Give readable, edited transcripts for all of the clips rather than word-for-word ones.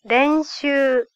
練習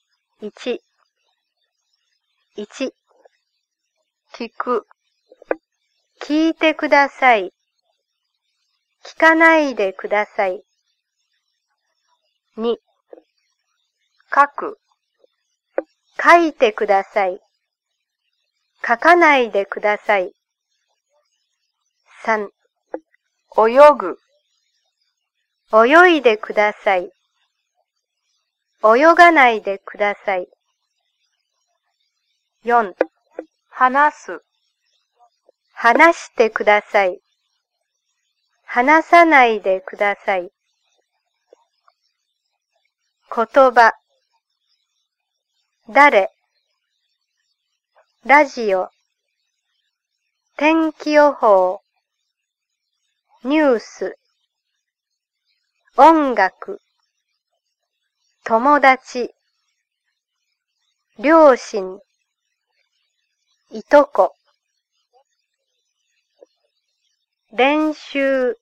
1、1、 聞く、 聞いてください。聞かないでください。2、 書く、 書いてください。書かないでください。3、 泳ぐ、 泳いでください。泳がないでください。4、 話す、 話してください。話さないでください。言葉、誰、ラジオ、天気予報、ニュース、音楽、友達、両親、いとこ。練習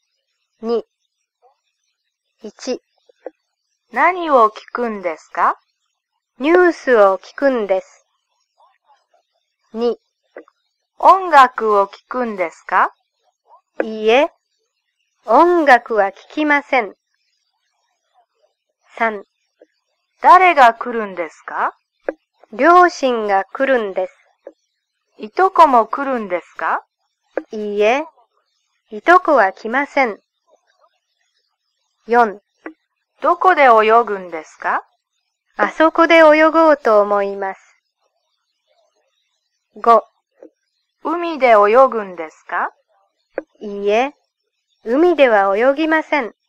2、1、 何を聞くんですか？ ニュースを聞くんです。2、 音楽を聞くんですか？ いいえ、音楽は聞きません。3、 誰が来るんですか？ 両親が来るんです。 いとこも来るんですか？ いいえ、いとこは来ません。4、 どこで泳ぐんですか？ あそこで泳ごうと思います。5、 海で泳ぐんですか？ いいえ、海では泳ぎません。